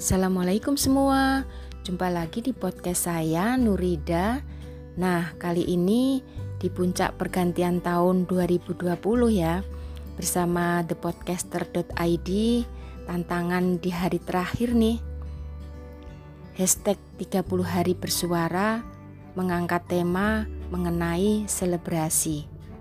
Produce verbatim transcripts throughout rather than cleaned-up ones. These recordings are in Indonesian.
Assalamualaikum semua, jumpa lagi di podcast saya Nurida. Nah, kali ini di puncak pergantian tahun dua ribu dua puluh ya, bersama the podcaster dot i d, tantangan di hari terakhir nih. Hashtag tiga puluh hari bersuara mengangkat tema mengenai selebrasi.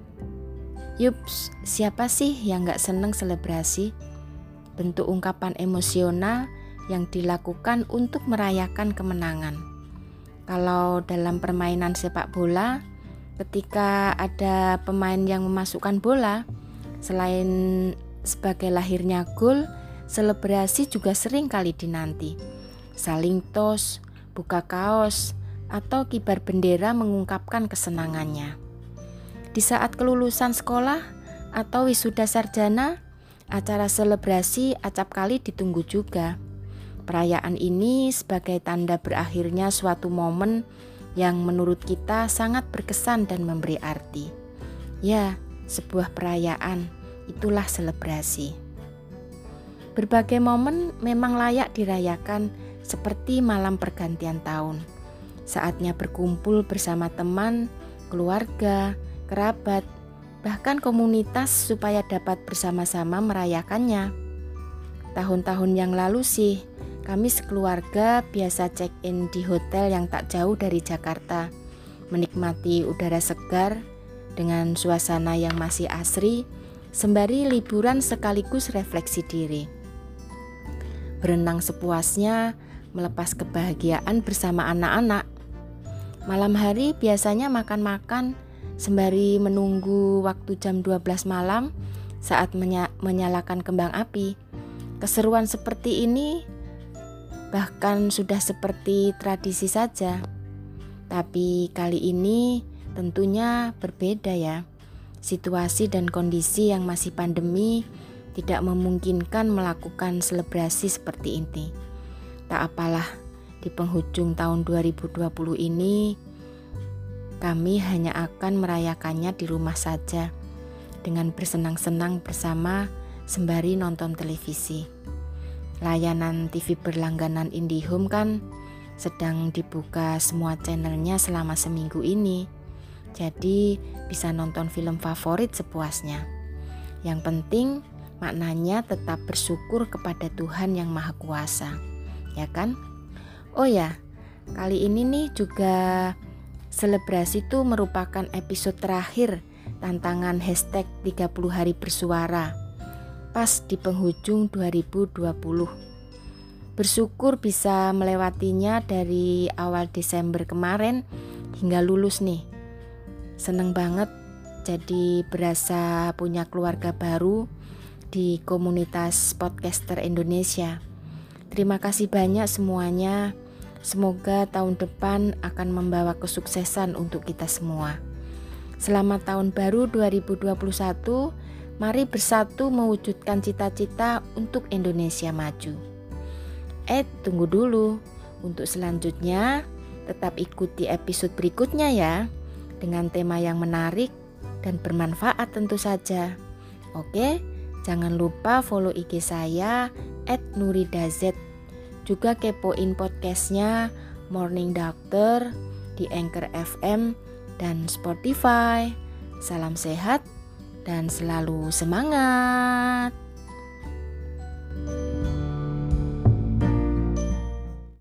Yups, siapa sih yang gak seneng selebrasi? Bentuk ungkapan emosional yang dilakukan untuk merayakan kemenangan. Kalau dalam permainan sepak bola, ketika ada pemain yang memasukkan bola, selain sebagai lahirnya gol, selebrasi juga sering kali dinanti. Saling tos, buka kaos, atau kibar bendera mengungkapkan kesenangannya. Di saat kelulusan sekolah atau wisuda sarjana, acara selebrasi acap kali ditunggu juga. Perayaan ini sebagai tanda berakhirnya suatu momen yang menurut kita sangat berkesan dan memberi arti. Ya, sebuah perayaan, itulah selebrasi. Berbagai momen memang layak dirayakan seperti malam pergantian tahun. Saatnya berkumpul bersama teman, keluarga, kerabat, bahkan komunitas supaya dapat bersama-sama merayakannya. Tahun-tahun yang lalu sih, kami sekeluarga biasa check-in di hotel yang tak jauh dari Jakarta, menikmati udara segar dengan suasana yang masih asri, sembari liburan sekaligus refleksi diri. Berenang sepuasnya, melepas kebahagiaan bersama anak-anak. Malam hari biasanya makan-makan, sembari menunggu waktu jam dua belas malam saat menya- menyalakan kembang api. Keseruan seperti ini bahkan sudah seperti tradisi saja. Tapi kali ini tentunya berbeda ya. Situasi dan kondisi yang masih pandemi tidak memungkinkan melakukan selebrasi seperti ini. Tak apalah, di penghujung tahun dua ribu dua puluh ini kami hanya akan merayakannya di rumah saja dengan bersenang-senang bersama sembari nonton televisi. Layanan T V berlangganan IndiHome kan sedang dibuka semua channelnya selama seminggu ini. Jadi bisa nonton film favorit sepuasnya. Yang penting maknanya tetap bersyukur kepada Tuhan yang Maha Kuasa. Ya kan? Oh ya, kali ini nih juga selebrasi itu merupakan episode terakhir tantangan hashtag tiga puluh hari bersuara. Pas di penghujung dua ribu dua puluh. Bersyukur bisa melewatinya dari awal Desember kemarin hingga lulus nih. Seneng banget jadi berasa punya keluarga baru di komunitas podcaster Indonesia. Terima kasih banyak semuanya. Semoga tahun depan akan membawa kesuksesan untuk kita semua. Selamat tahun baru dua ribu dua puluh satu. Mari bersatu mewujudkan cita-cita untuk Indonesia maju. Eh, tunggu dulu. Untuk selanjutnya, tetap ikuti episode berikutnya ya, dengan tema yang menarik dan bermanfaat tentu saja. Oke, jangan lupa follow I G saya et nuridaz. Juga kepoin podcastnya Morning Doctor di Anchor F M dan Spotify. Salam sehat dan selalu semangat.